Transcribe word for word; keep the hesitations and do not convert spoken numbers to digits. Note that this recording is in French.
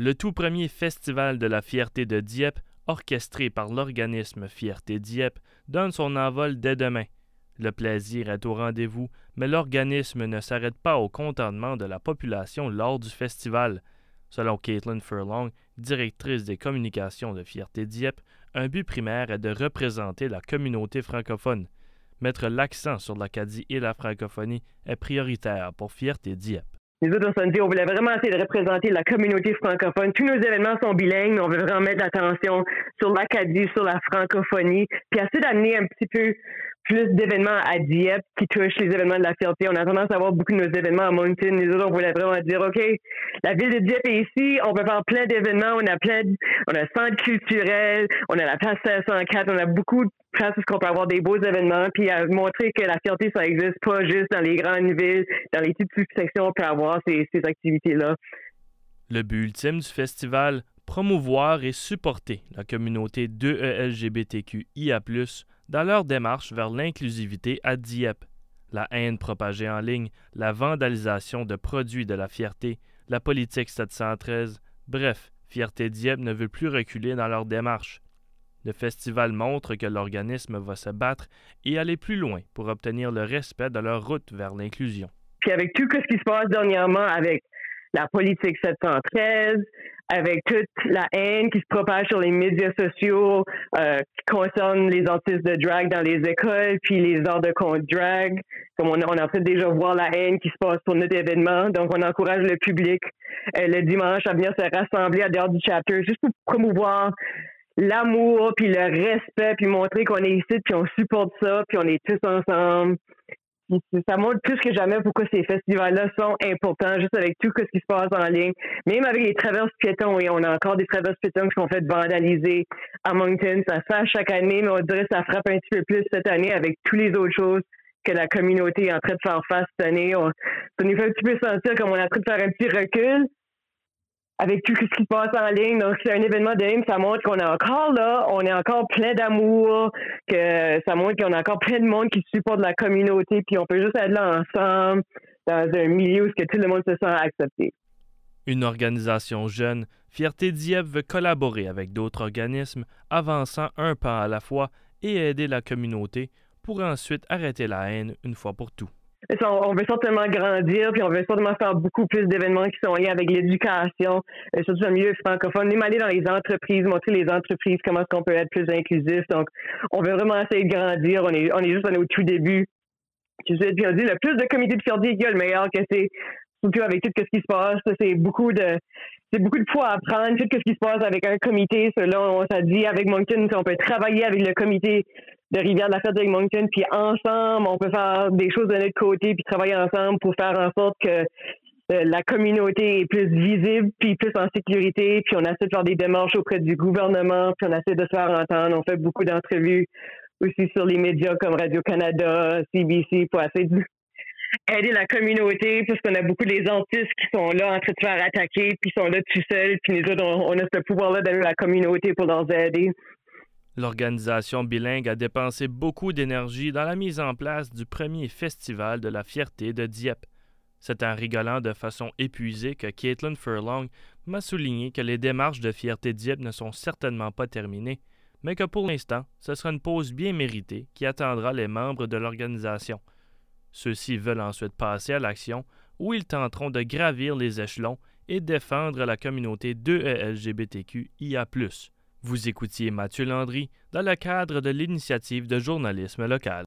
Le tout premier Festival de la fierté de Dieppe, orchestré par l'organisme Fierté Dieppe, donne son envol dès demain. Le plaisir est au rendez-vous, mais l'organisme ne s'arrête pas au contentement de la population lors du festival. Selon Caitlin Furlong, directrice des communications de Fierté Dieppe, un but primaire est de représenter la communauté francophone. Mettre l'accent sur l'Acadie et la francophonie est prioritaire pour Fierté Dieppe. Les autres, on s'est dit, on voulait vraiment essayer de représenter la communauté francophone. Tous nos événements sont bilingues, mais on veut vraiment mettre l'attention sur l'Acadie, sur la francophonie, puis essayer d'amener un petit peu plus d'événements à Dieppe qui touchent les événements de la fierté. On a tendance à avoir beaucoup de nos événements à Moncton. Les autres, on voulait vraiment dire, OK, la ville de Dieppe est ici, on peut faire plein d'événements, on a plein de, on a un centre culturel, on a la place cinq cent quatre, on a beaucoup de places où on peut avoir des beaux événements, puis à montrer que la fierté, ça existe pas juste dans les grandes villes, dans les petites sections, on peut avoir ces, ces activités-là. Le but ultime du festival, promouvoir et supporter la communauté deux E L G B T Q I A plus, dans leur démarche vers l'inclusivité à Dieppe. La haine propagée en ligne, la vandalisation de produits de la fierté, la politique sept cent treize, bref, Fierté Dieppe ne veut plus reculer dans leur démarche. Le festival montre que l'organisme va se battre et aller plus loin pour obtenir le respect de leur route vers l'inclusion. Puis avec tout ce qui se passe dernièrement avec la politique sept cent treize, avec toute la haine qui se propage sur les médias sociaux euh, qui concerne les artistes de drag dans les écoles, puis les arts de conte drag, comme on, on a fait déjà voir la haine qui se passe sur notre événement. Donc, on encourage le public euh, le dimanche à venir se rassembler à dehors du chapter juste pour promouvoir l'amour, puis le respect, puis montrer qu'on est ici, puis on supporte ça, puis on est tous ensemble. Ça montre plus que jamais pourquoi ces festivals-là sont importants, juste avec tout ce qui se passe en ligne. Même avec les traverses piétons, et on a encore des traverses piétons qui sont faites vandaliser à Moncton. Ça se fait à chaque année, mais on dirait que ça frappe un petit peu plus cette année avec toutes les autres choses que la communauté est en train de faire face cette année. On, ça nous fait un petit peu sentir comme on est en train de faire un petit recul avec tout ce qui se passe en ligne. Donc, c'est un événement de ligne, ça montre qu'on est encore là, on est encore plein d'amour, que ça montre qu'on a encore plein de monde qui supporte la communauté, puis on peut juste être là ensemble dans un milieu où que tout le monde se sent accepté. Une organisation jeune, Fierté Dieppe veut collaborer avec d'autres organismes, avançant un pas à la fois et aider la communauté pour ensuite arrêter la haine une fois pour tout. On veut certainement grandir, puis on veut certainement faire beaucoup plus d'événements qui sont liés avec l'éducation, surtout dans le milieu francophone, même aller dans les entreprises, montrer les entreprises comment est-ce qu'on peut être plus inclusif. Donc, on veut vraiment essayer de grandir. On est, on est juste au tout début. Tu sais, puis on dit, le plus de comités de fierté qu'il y a, le meilleur que c'est. Surtout avec tout ce qui se passe, c'est beaucoup de c'est beaucoup de poids à prendre, tout ce qui se passe avec un comité. Là, on s'est dit avec Moncton, on peut travailler avec le comité de Rivière de la Fête avec Moncton, puis ensemble, on peut faire des choses de notre côté, puis travailler ensemble pour faire en sorte que euh, la communauté est plus visible, puis plus en sécurité, puis on essaie de faire des démarches auprès du gouvernement, puis on essaie de se faire entendre. On fait beaucoup d'entrevues aussi sur les médias comme Radio-Canada, C B C, pour essayer de aider la communauté, puisqu'on a beaucoup des artistes qui sont là en train de se faire attaquer, puis sont là tout seuls, puis nous autres, on, on a ce pouvoir-là d'aider la communauté pour leur aider. L'organisation bilingue a dépensé beaucoup d'énergie dans la mise en place du premier Festival de la fierté de Dieppe. C'est en rigolant de façon épuisée que Caitlin Furlong m'a souligné que les démarches de Fierté Dieppe ne sont certainement pas terminées, mais que pour l'instant, ce sera une pause bien méritée qui attendra les membres de l'organisation. Ceux-ci veulent ensuite passer à l'action où ils tenteront de gravir les échelons et défendre la communauté deux E L G B T Q I A plus. Vous écoutiez Mathieu Landry dans le cadre de l'initiative de journalisme local.